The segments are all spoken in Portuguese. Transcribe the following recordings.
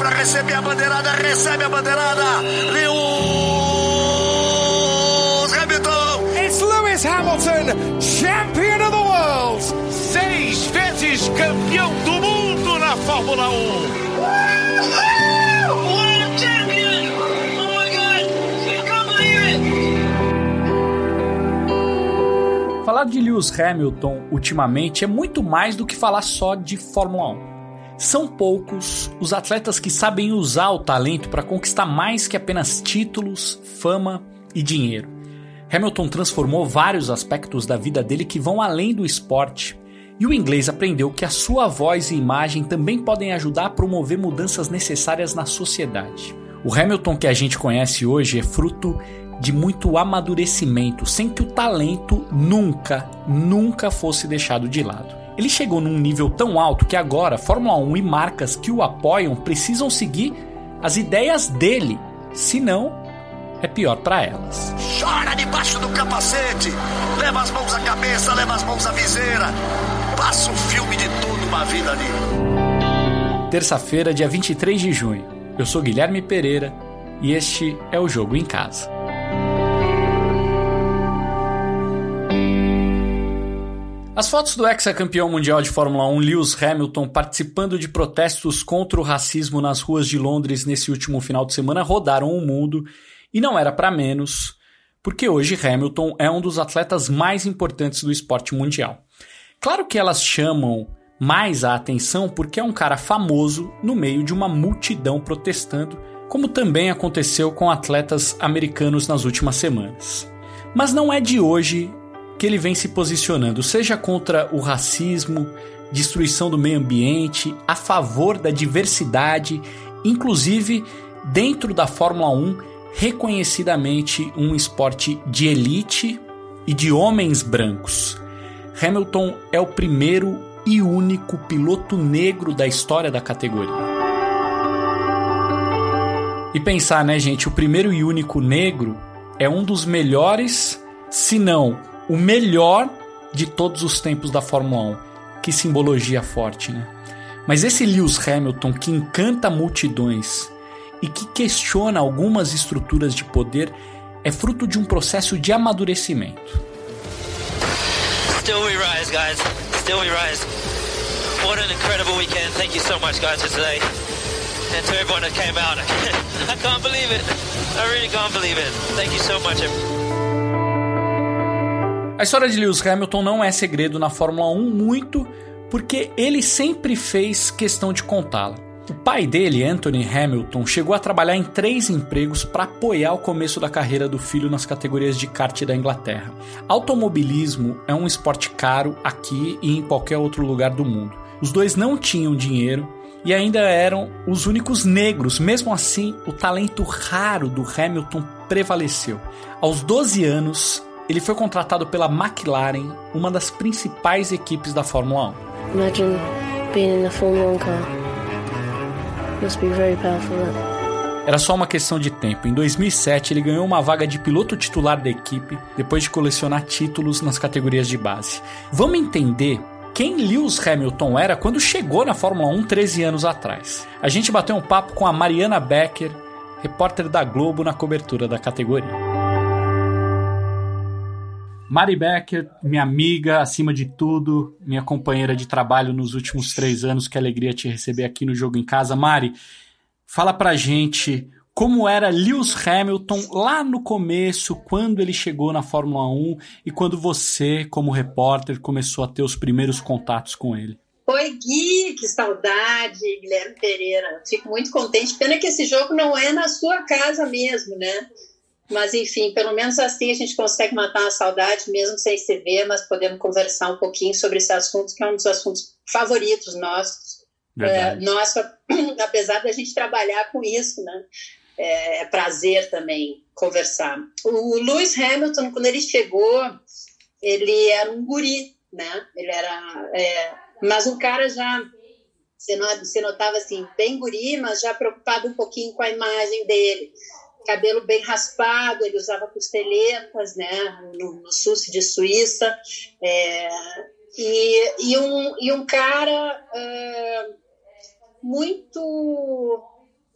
para receber a bandeirada, recebe a bandeirada. Lewis Hamilton. It's Lewis Hamilton, champion of the world. 6 vezes campeão do mundo na Fórmula 1. Falar de Lewis Hamilton ultimamente é muito mais do que falar só de Fórmula 1. São poucos os atletas que sabem usar o talento para conquistar mais que apenas títulos, fama e dinheiro. Hamilton transformou vários aspectos da vida dele que vão além do esporte, e o inglês aprendeu que a sua voz e imagem também podem ajudar a promover mudanças necessárias na sociedade. O Hamilton que a gente conhece hoje é fruto de muito amadurecimento, sem que o talento nunca fosse deixado de lado. Ele chegou num nível tão alto que agora Fórmula 1 e marcas que o apoiam precisam seguir as ideias dele, senão é pior para elas. Chora debaixo do capacete, leva as mãos à cabeça, leva as mãos à viseira, passa um filme de toda uma vida ali. Terça-feira, dia 23 de junho. Eu sou Guilherme Pereira e este é o Jogo em Casa. As fotos do ex-campeão mundial de Fórmula 1 Lewis Hamilton participando de protestos contra o racismo nas ruas de Londres nesse último final de semana rodaram o mundo e não era para menos, porque hoje Hamilton é um dos atletas mais importantes do esporte mundial. Claro que elas chamam mais a atenção porque é um cara famoso no meio de uma multidão protestando, como também aconteceu com atletas americanos nas últimas semanas. Mas não é de hoje que ele vem se posicionando, seja contra o racismo, destruição do meio ambiente, a favor da diversidade, inclusive dentro da Fórmula 1, reconhecidamente um esporte de elite e de homens brancos. Hamilton é o primeiro e único piloto negro da história da categoria. E pensar, né, gente, o primeiro e único negro é um dos melhores, se não o melhor de todos os tempos da Fórmula 1. Que simbologia forte, né? Mas esse Lewis Hamilton que encanta multidões e que questiona algumas estruturas de poder é fruto de um processo de amadurecimento. Still we rise, guys. Still we rise. What an incredible weekend. Thank you so much, guys, for today. And to everyone that came out. I can't believe it. I really can't believe it. Thank you so much. A história de Lewis Hamilton não é segredo na Fórmula 1 muito porque ele sempre fez questão de contá-la. O pai dele, Anthony Hamilton, chegou a trabalhar em 3 empregos para apoiar o começo da carreira do filho nas categorias de kart da Inglaterra. Automobilismo é um esporte caro aqui e em qualquer outro lugar do mundo. Os dois não tinham dinheiro e ainda eram os únicos negros. Mesmo assim, o talento raro do Hamilton prevaleceu. Aos 12 anos, ele foi contratado pela McLaren, uma das principais equipes da Fórmula 1. Imagine being in a Formula 1 car. Must be very powerful. Era só uma questão de tempo. Em 2007, ele ganhou uma vaga de piloto titular da equipe, depois de colecionar títulos nas categorias de base. Vamos entender quem Lewis Hamilton era quando chegou na Fórmula 1 13 anos atrás. A gente bateu um papo com a Mariana Becker, repórter da Globo na cobertura da categoria. Mari Becker, minha amiga, acima de tudo, minha companheira de trabalho nos últimos 3 anos, que alegria te receber aqui no Jogo em Casa. Mari, fala pra gente como era Lewis Hamilton lá no começo, quando ele chegou na Fórmula 1 e quando você, como repórter, começou a ter os primeiros contatos com ele. Oi, Gui, que saudade, Guilherme Pereira. Fico muito contente. Pena que esse jogo não é na sua casa mesmo, né? Mas, enfim, pelo menos assim a gente consegue matar a saudade, mesmo sem se ver, mas podemos conversar um pouquinho sobre esse assunto, que é um dos assuntos favoritos nossos. Nosso, apesar da gente trabalhar com isso, né? É prazer também conversar. O Lewis Hamilton, quando ele chegou, ele era um guri, né? Ele era... mas um cara já... Você notava assim, bem guri, mas já preocupado um pouquinho com a imagem dele. Cabelo bem raspado, ele usava costeletas, né, no sul de Suíça, e um cara muito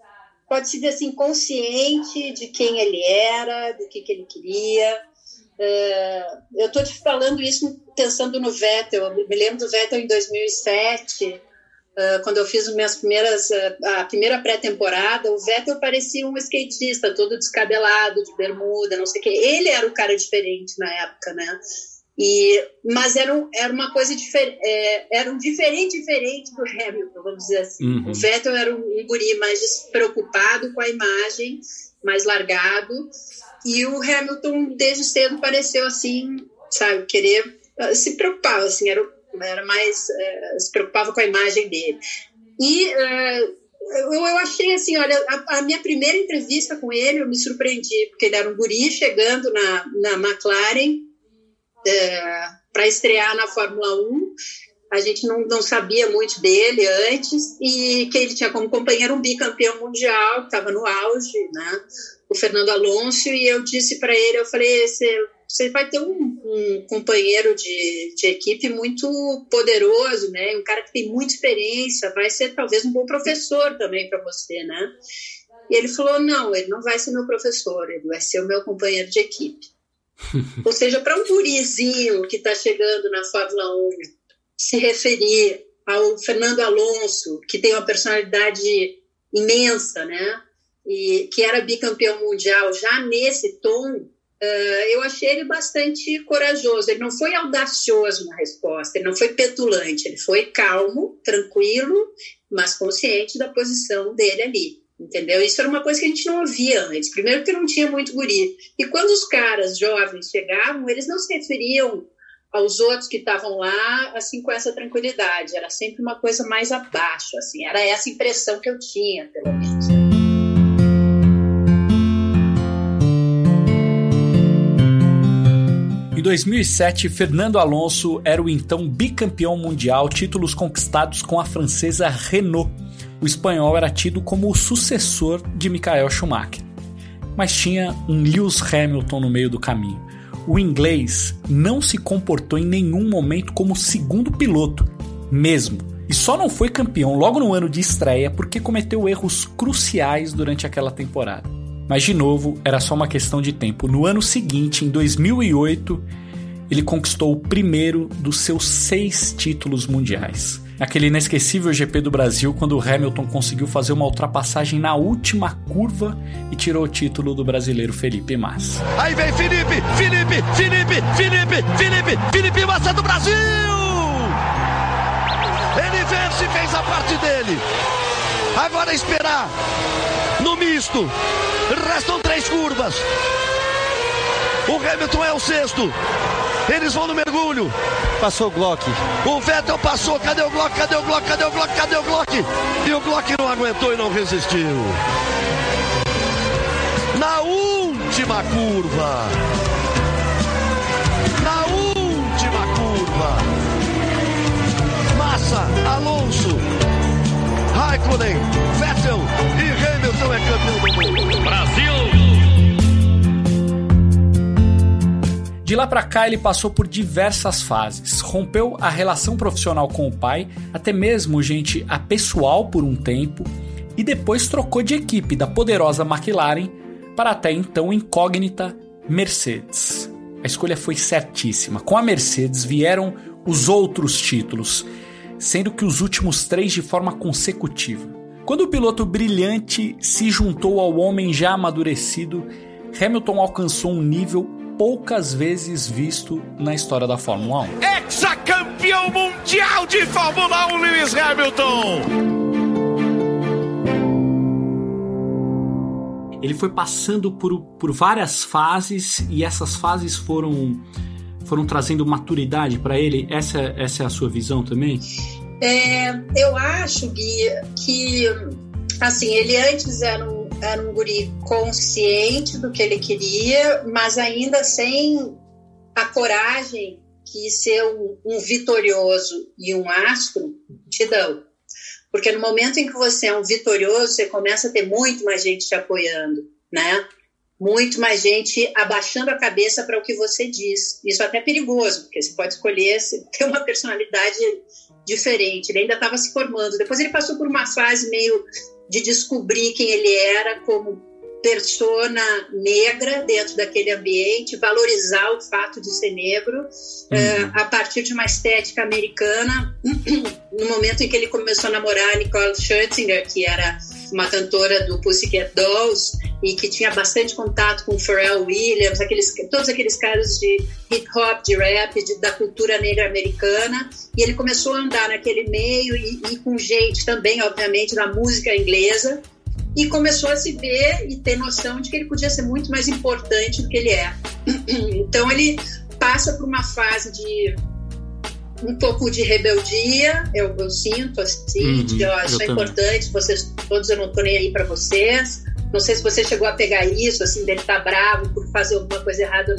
pode-se dizer assim, consciente de quem ele era, do que ele queria. Eu estou te falando isso pensando no Vettel. Eu me lembro do Vettel em 2007, quando eu fiz a primeira pré-temporada. O Vettel parecia um skatista, todo descabelado, de bermuda, não sei o quê. Ele era o cara diferente na época, né? Mas era uma coisa diferente, era um diferente do Hamilton, vamos dizer assim. Uhum. O Vettel era um guri mais despreocupado com a imagem, mais largado, e o Hamilton desde cedo pareceu assim, sabe, querer se preocupar, assim, era mais se preocupava com a imagem dele. E eu achei assim, olha, a minha primeira entrevista com ele, eu me surpreendi, porque ele era um guri chegando na McLaren para estrear na Fórmula 1. A gente não sabia muito dele antes, e que ele tinha como companheiro um bicampeão mundial, que estava no auge, né? O Fernando Alonso, e eu disse para ele, eu falei, você vai ter um companheiro de equipe muito poderoso, né? Um cara que tem muita experiência, vai ser talvez um bom professor também para você, né? E ele falou, não, ele não vai ser meu professor, ele vai ser o meu companheiro de equipe. Ou seja, para um gurizinho que está chegando na Fórmula 1 se referir ao Fernando Alonso, que tem uma personalidade imensa, né? E que era bicampeão mundial, já nesse tom, eu achei ele bastante corajoso. Ele não foi audacioso na resposta, ele não foi petulante, ele foi calmo, tranquilo, mas consciente da posição dele ali. Entendeu? Isso era uma coisa que a gente não ouvia antes. Primeiro porque não tinha muito guri. E quando os caras jovens chegavam, eles não se referiam aos outros que estavam lá assim com essa tranquilidade. Era sempre uma coisa mais abaixo, assim. Era essa impressão que eu tinha, pelo menos. Em 2007, Fernando Alonso era o então bicampeão mundial, títulos conquistados com a francesa Renault. O espanhol era tido como o sucessor de Michael Schumacher. Mas tinha um Lewis Hamilton no meio do caminho. O inglês não se comportou em nenhum momento como segundo piloto, mesmo. E só não foi campeão logo no ano de estreia porque cometeu erros cruciais durante aquela temporada. Mas, de novo, era só uma questão de tempo. No ano seguinte, em 2008, ele conquistou o primeiro dos seus 6 títulos mundiais. Naquele inesquecível GP do Brasil, quando o Hamilton conseguiu fazer uma ultrapassagem na última curva e tirou o título do brasileiro Felipe Massa. Aí vem Felipe Massa do Brasil! Ele vence e fez a parte dele. Agora é esperar no misto. Restam 3 curvas. O Hamilton é o 6º. Eles vão no mergulho. Passou o Glock. O Vettel passou. Cadê o Glock? E o Glock não aguentou e não resistiu. Na última curva. Massa, Alonso, Raikkonen, Vettel e Hamilton é campeão do mundo. Brasil! De lá para cá ele passou por diversas fases, rompeu a relação profissional com o pai, até mesmo gente apessoal por um tempo, e depois trocou de equipe da poderosa McLaren para até então incógnita Mercedes. A escolha foi certíssima. Com a Mercedes vieram os outros títulos, sendo que os últimos 3 de forma consecutiva. Quando o piloto brilhante se juntou ao homem já amadurecido, Hamilton alcançou um nível poucas vezes visto na história da Fórmula 1. Ex-campeão mundial de Fórmula 1, Lewis Hamilton! Ele foi passando por várias fases e essas fases foram trazendo maturidade para ele. Essa é a sua visão também? Eu acho, Gui, que assim, ele antes era um guri consciente do que ele queria, mas ainda sem a coragem que ser um vitorioso e um astro te dão. Porque no momento em que você é um vitorioso, você começa a ter muito mais gente te apoiando, né? muito mais gente abaixando a cabeça para o que você diz. Isso é até perigoso, porque você pode escolher ter uma personalidade diferente. Ele ainda estava se formando. Depois ele passou por uma fase meio de descobrir quem ele era como persona negra dentro daquele ambiente, valorizar o fato de ser negro, a partir de uma estética americana. No momento em que ele começou a namorar a Nicole Scherzinger, que era uma cantora do Pussycat Dolls e que tinha bastante contato com Pharrell Williams, todos aqueles caras de hip-hop, de rap, da cultura negra americana, e ele começou a andar naquele meio e com gente também, obviamente, da música inglesa, e começou a se ver e ter noção de que ele podia ser muito mais importante do que ele é. Então ele passa por uma fase de um pouco de rebeldia, eu sinto assim, de isso é importante, vocês todos, eu não tô nem aí para vocês. Não sei se você chegou a pegar isso, assim, dele estar bravo por fazer alguma coisa errada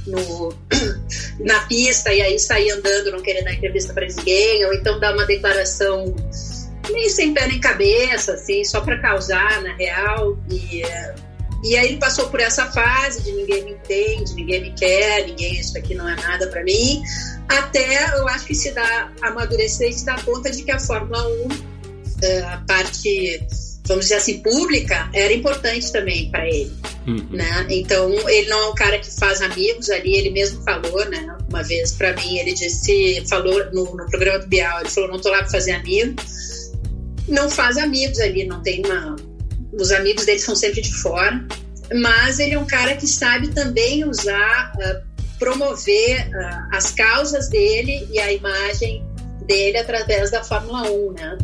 na pista e aí sair andando, não querer dar entrevista para ninguém, ou então dar uma declaração meio sem pé nem cabeça, assim, só para causar, na real. E aí ele passou por essa fase de ninguém me entende, ninguém me quer, isso aqui não é nada para mim, até eu acho que se dá amadurecer e se dá conta de que a Fórmula 1, a parte, vamos dizer assim, pública, era importante também para ele, né? Então ele não é um cara que faz amigos ali, ele mesmo falou, né, uma vez para mim, ele falou no programa do Bial, ele falou, não tô lá para fazer amigos, não faz amigos ali, não tem os amigos dele são sempre de fora, mas ele é um cara que sabe também usar, promover as causas dele e a imagem dele através da Fórmula 1, né?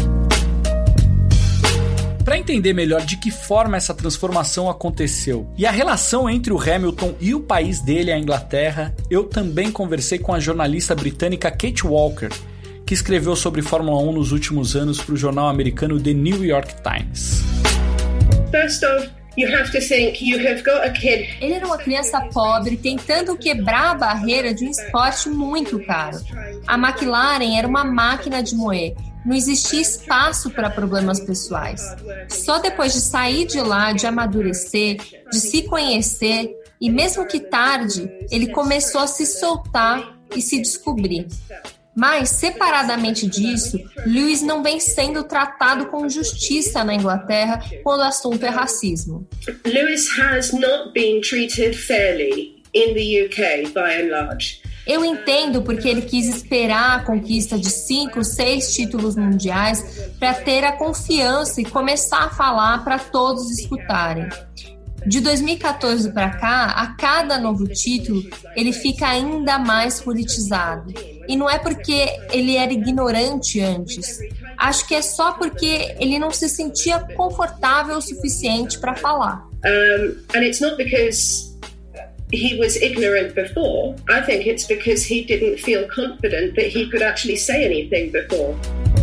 Para entender melhor de que forma essa transformação aconteceu e a relação entre o Hamilton e o país dele, a Inglaterra, eu também conversei com a jornalista britânica Kate Walker, que escreveu sobre Fórmula 1 nos últimos anos para o jornal americano The New York Times. First off, you have to think you have got a kid. Ele era uma criança pobre tentando quebrar a barreira de um esporte muito caro. A McLaren era uma máquina de moer. Não existia espaço para problemas pessoais. Só depois de sair de lá, de amadurecer, de se conhecer, e mesmo que tarde, ele começou a se soltar e se descobrir. Mas, separadamente disso, Lewis não vem sendo tratado com justiça na Inglaterra quando o assunto é racismo. Lewis has not been treated fairly in the UK, by and large. Eu entendo porque ele quis esperar a conquista de 5, 6 títulos mundiais para ter a confiança e começar a falar para todos escutarem. De 2014 para cá, a cada novo título, ele fica ainda mais politizado. E não é porque ele era ignorante antes. Acho que é só porque ele não se sentia confortável o suficiente para falar. And it's not because he was ignorant before. I think it's because he didn't feel confident that he could actually say anything before.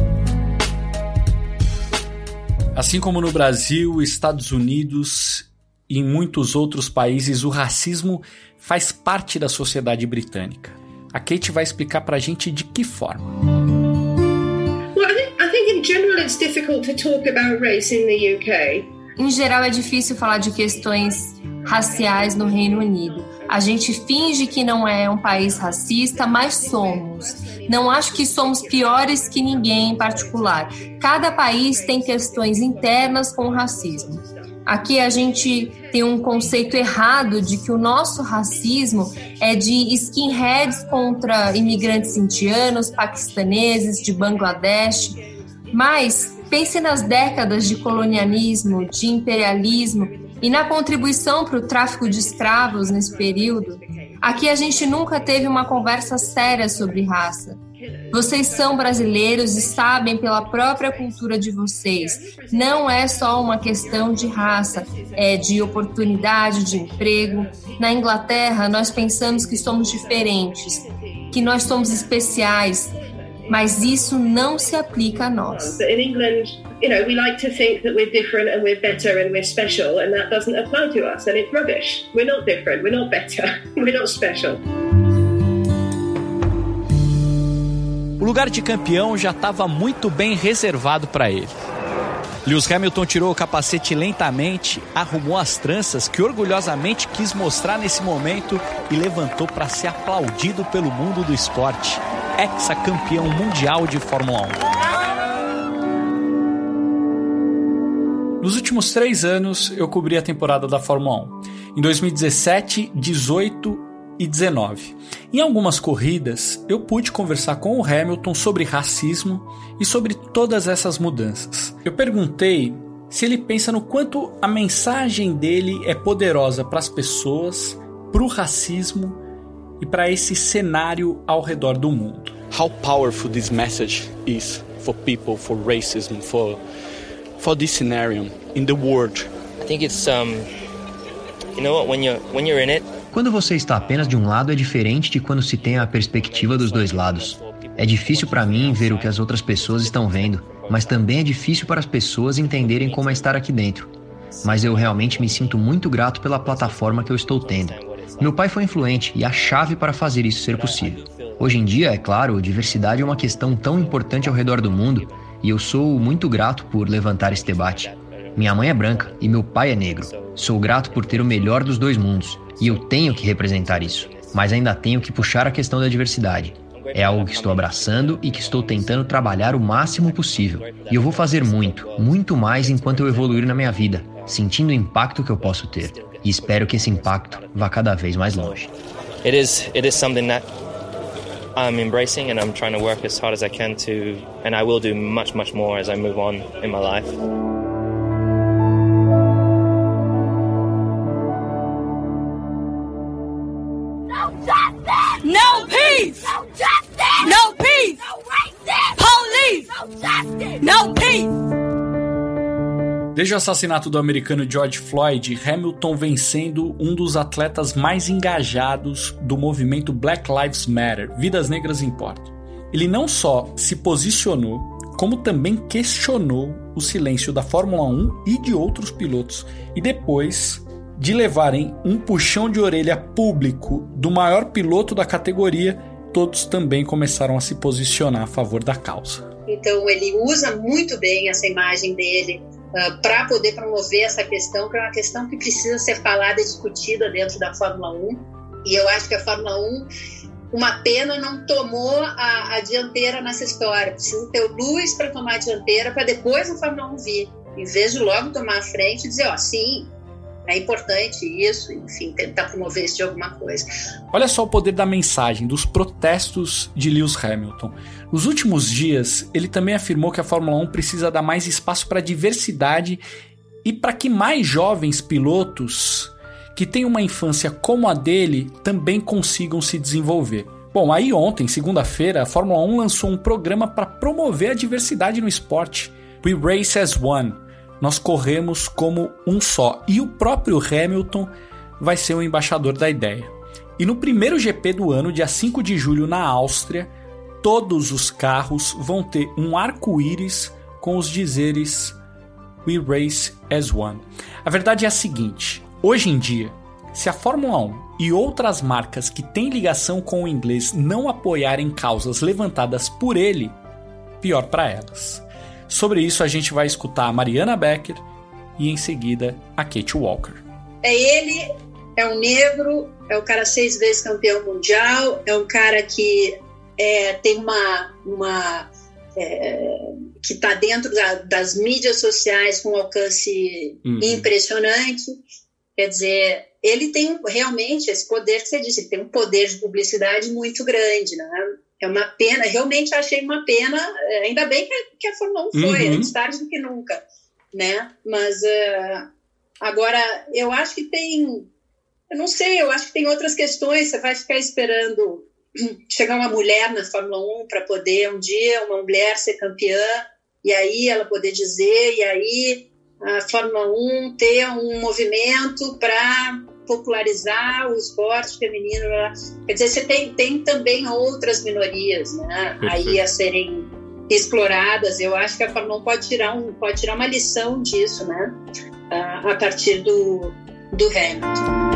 Assim como no Brasil, Estados Unidos e em muitos outros países, o racismo faz parte da sociedade britânica. A Kate vai explicar pra gente de que forma. Well, I think in general it's difficult to talk about race in the UK. Em geral é difícil falar de questões raciais no Reino Unido. A gente finge que não é um país racista, mas somos. Não acho que somos piores que ninguém em particular. Cada país tem questões internas com o racismo. Aqui a gente tem um conceito errado de que o nosso racismo é de skinheads contra imigrantes indianos, paquistaneses, de Bangladesh. Mas pense nas décadas de colonialismo, de imperialismo e na contribuição para o tráfico de escravos nesse período. Aqui a gente nunca teve uma conversa séria sobre raça. Vocês são brasileiros e sabem pela própria cultura de vocês. Não é só uma questão de raça, é de oportunidade, de emprego. Na Inglaterra, nós pensamos que somos diferentes, que nós somos especiais, mas isso não se aplica a nós. In England, we like to think that we're different and we're better and we're special, and that doesn't apply to us, and it's rubbish. We're not different, we're not better, we're not special. O lugar de campeão já estava muito bem reservado para ele. Lewis Hamilton tirou o capacete lentamente, arrumou as tranças que orgulhosamente quis mostrar nesse momento e levantou para ser aplaudido pelo mundo do esporte. Hexacampeão mundial de Fórmula 1. Nos últimos 3 anos, eu cobri a temporada da Fórmula 1. Em 2017, 18 e 19. Em algumas corridas, eu pude conversar com o Hamilton sobre racismo e sobre todas essas mudanças. Eu perguntei se ele pensa no quanto a mensagem dele é poderosa para as pessoas, para o racismo e para esse cenário ao redor do mundo. How powerful this message is for people, for racism, for this scenario in the world. I think it's you know what, when you're in it. Quando você está apenas de um lado é diferente de quando se tem a perspectiva dos dois lados. É difícil para mim ver o que as outras pessoas estão vendo, mas também é difícil para as pessoas entenderem como é estar aqui dentro. Mas eu realmente me sinto muito grato pela plataforma que eu estou tendo. Meu pai foi influente e a chave para fazer isso ser possível. Hoje em dia, é claro, diversidade é uma questão tão importante ao redor do mundo e eu sou muito grato por levantar esse debate. Minha mãe é branca e meu pai é negro. Sou grato por ter o melhor dos dois mundos e eu tenho que representar isso, mas ainda tenho que puxar a questão da diversidade. É algo que estou abraçando e que estou tentando trabalhar o máximo possível. E eu vou fazer muito, muito mais enquanto eu evoluir na minha vida, sentindo o impacto que eu posso ter. E espero que esse impacto vá cada vez mais longe. It is something that I'm embracing and I'm trying to work as hard as I can to, and I will do much more as I move on in my life. No peace! No justice! No peace! No racist! Police! No peace! Desde o assassinato do americano George Floyd, Hamilton vem sendo um dos atletas mais engajados do movimento Black Lives Matter, Vidas Negras Importam. Ele não só se posicionou, como também questionou o silêncio da Fórmula 1 e de outros pilotos, e depois de levarem um puxão de orelha público do maior piloto da categoria, todos também começaram a se posicionar a favor da causa. Então ele usa muito bem essa imagem dele para poder promover essa questão, que é uma questão que precisa ser falada e discutida dentro da Fórmula 1. E eu acho que a Fórmula 1, uma pena, não tomou a dianteira nessa história. Precisa ter o Lewis para tomar a dianteira para depois a Fórmula 1 vir, em vez de logo tomar a frente e dizer, sim, é importante isso, enfim, tentar promover isso de alguma coisa. Olha só o poder da mensagem, dos protestos de Lewis Hamilton. Nos últimos dias, ele também afirmou que a Fórmula 1 precisa dar mais espaço para a diversidade e para que mais jovens pilotos que têm uma infância como a dele também consigam se desenvolver. Bom, aí ontem, segunda-feira, a Fórmula 1 lançou um programa para promover a diversidade no esporte. We Race as One. Nós corremos como um só. E o próprio Hamilton vai ser o embaixador da ideia. E no primeiro GP do ano, dia 5 de julho, na Áustria, todos os carros vão ter um arco-íris com os dizeres We Race as One. A verdade é a seguinte: hoje em dia, se a Fórmula 1 e outras marcas que têm ligação com o inglês não apoiarem causas levantadas por ele, pior para elas. Sobre isso a gente vai escutar a Mariana Becker e em seguida a Kate Walker. É ele, é um negro, é um cara 6 vezes campeão mundial, é um cara que tem que está dentro das mídias sociais com um alcance impressionante. Quer dizer, ele tem realmente esse poder que você disse, ele tem um poder de publicidade muito grande, né? É uma pena, realmente achei uma pena, ainda bem que a Fórmula 1 foi, antes tarde do que nunca, né? Mas agora, eu acho que eu não sei, eu acho que tem outras questões, você vai ficar esperando chegar uma mulher na Fórmula 1 para poder um dia uma mulher ser campeã, e aí ela poder dizer, e aí a Fórmula 1 ter um movimento para popularizar o esporte feminino. Quer dizer, você tem também outras minorias, né, aí a serem exploradas. Eu acho que a Fórmula 1 pode tirar uma lição disso, né, a partir do Hamilton.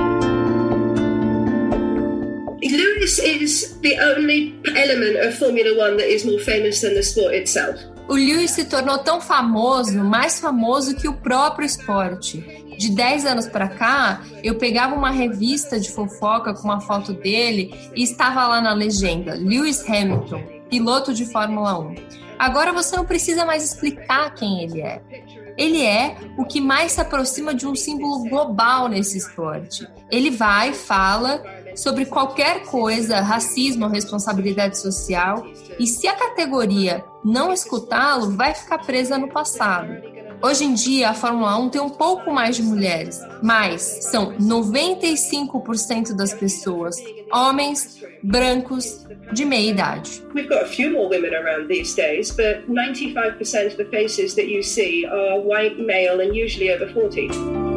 Lewis is the only element of Formula One that is more famous than the sport itself. O Lewis se tornou tão famoso, mais famoso que o próprio esporte. De 10 anos para cá, eu pegava uma revista de fofoca com uma foto dele e estava lá na legenda, Lewis Hamilton, piloto de Fórmula 1. Agora você não precisa mais explicar quem ele é. Ele é o que mais se aproxima de um símbolo global nesse esporte. Ele vai, fala sobre qualquer coisa, racismo, responsabilidade social, e se a categoria não escutá-lo, vai ficar presa no passado. Hoje em dia, a Fórmula 1 tem um pouco mais de mulheres, mas são 95% das pessoas, homens, brancos, de meia idade. We've got a few more women around these days, but 95% of the faces that you see are white, male, and usually over 40.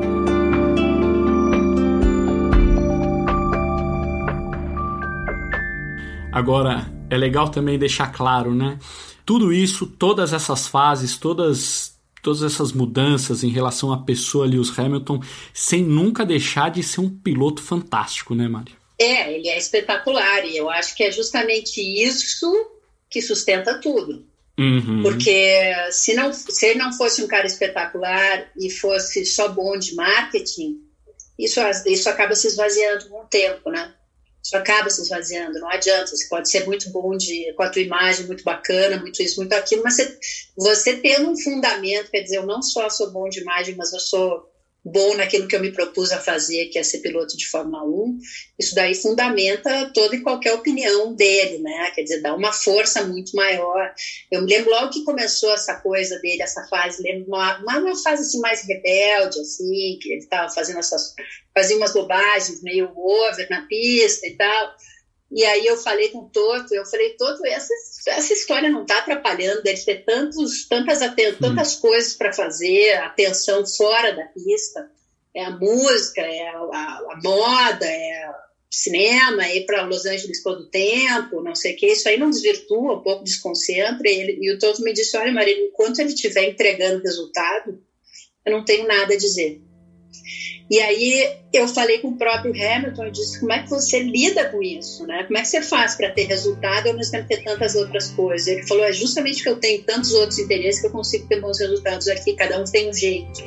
Agora, é legal também deixar claro, né? Tudo isso, todas essas fases, todas essas mudanças em relação à pessoa Lewis Hamilton, sem nunca deixar de ser um piloto fantástico, né, Mari? Ele é espetacular e eu acho que é justamente isso que sustenta tudo. Uhum. Porque se ele não fosse um cara espetacular e fosse só bom de marketing, isso acaba se esvaziando com o tempo, né? Isso acaba se esvaziando, não adianta. Você pode ser muito bom com a tua imagem, muito bacana, muito isso, muito aquilo, mas você tendo um fundamento, quer dizer, eu não só sou bom de imagem, mas eu sou bom naquilo que eu me propus a fazer, que é ser piloto de Fórmula 1, isso daí fundamenta toda e qualquer opinião dele, né? Quer dizer, dá uma força muito maior. Eu me lembro logo que começou essa coisa dele, essa fase, lembro uma fase assim mais rebelde, assim, que ele estava fazia umas bobagens meio over na pista e tal. E aí eu falei com o Toto, Toto, essa história não está atrapalhando dele ter tantas coisas para fazer, atenção fora da pista, é a música, é a moda, é o cinema, é ir para Los Angeles todo o tempo, não sei o que, isso aí não desvirtua, um pouco desconcentra, e o Toto me disse, olha Maria, enquanto ele estiver entregando resultado, eu não tenho nada a dizer. E aí eu falei com o próprio Hamilton e disse, como é que você lida com isso, né? Como é que você faz para ter resultado e ao mesmo tempo ter tantas outras coisas? Ele falou, é justamente que eu tenho tantos outros interesses que eu consigo ter bons resultados aqui, cada um tem um jeito.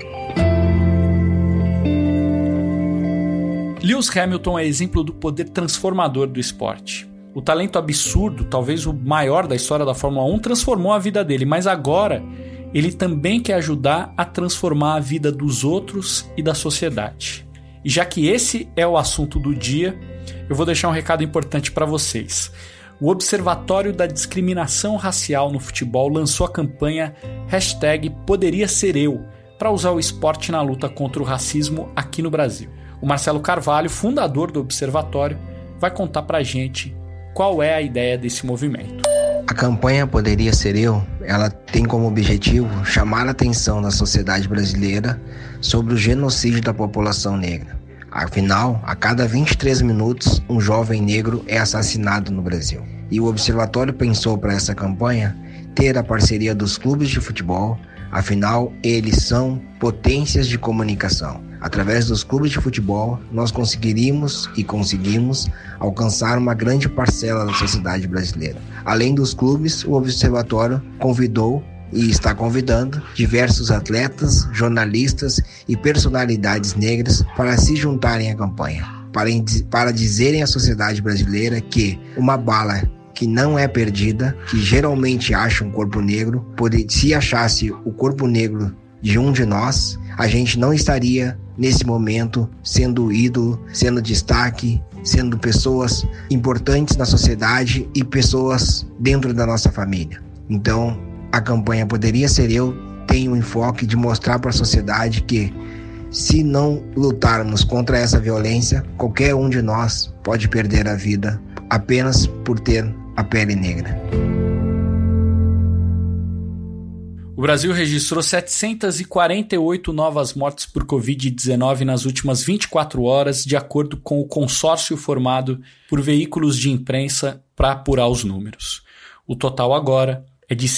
Lewis Hamilton é exemplo do poder transformador do esporte. O talento absurdo, talvez o maior da história da Fórmula 1, transformou a vida dele, mas agora ele também quer ajudar a transformar a vida dos outros e da sociedade. E já que esse é o assunto do dia, eu vou deixar um recado importante para vocês. O Observatório da Discriminação Racial no Futebol lançou a campanha #PoderiaSerEu para usar o esporte na luta contra o racismo aqui no Brasil. O Marcelo Carvalho, fundador do Observatório, vai contar pra gente qual é a ideia desse movimento. A campanha Poderia Ser Eu, ela tem como objetivo chamar a atenção da sociedade brasileira sobre o genocídio da população negra. Afinal, a cada 23 minutos, um jovem negro é assassinado no Brasil. E o Observatório pensou para essa campanha ter a parceria dos clubes de futebol, afinal, eles são potências de comunicação. Através dos clubes de futebol, nós conseguimos alcançar uma grande parcela da sociedade brasileira. Além dos clubes, o Observatório convidou e está convidando diversos atletas, jornalistas e personalidades negras para se juntarem à campanha, para dizerem à sociedade brasileira que uma bala que não é perdida, que geralmente acha um corpo negro, se achasse o corpo negro de um de nós, a gente não estaria nesse momento sendo ídolo, sendo destaque, sendo pessoas importantes na sociedade e pessoas dentro da nossa família. Então, a campanha Poderia Ser Eu tem o enfoque de mostrar para a sociedade que, se não lutarmos contra essa violência, qualquer um de nós pode perder a vida apenas por ter a pele negra. O Brasil registrou 748 novas mortes por Covid-19 nas últimas 24 horas, de acordo com o consórcio formado por veículos de imprensa para apurar os números. O total agora é de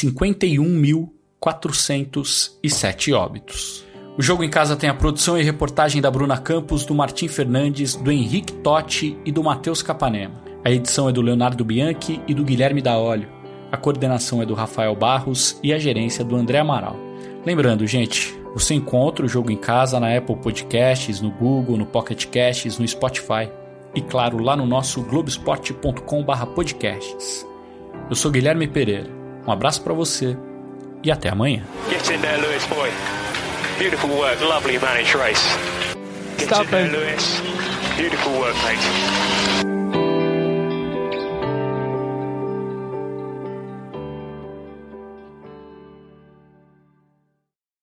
51.407 óbitos. O Jogo em Casa tem a produção e reportagem da Bruna Campos, do Martim Fernandes, do Henrique Totti e do Matheus Capanema. A edição é do Leonardo Bianchi e do Guilherme Daolio. A coordenação é do Rafael Barros e a gerência do André Amaral. Lembrando, gente, você encontra o Jogo em Casa na Apple Podcasts, no Google, no Pocket Casts, no Spotify e, claro, lá no nosso globesport.com/podcasts. Eu sou Guilherme Pereira. Um abraço para você e até amanhã. Get in there, Lewis, boy. Beautiful work, lovely managed race. Get in there, Lewis. Beautiful work, mate.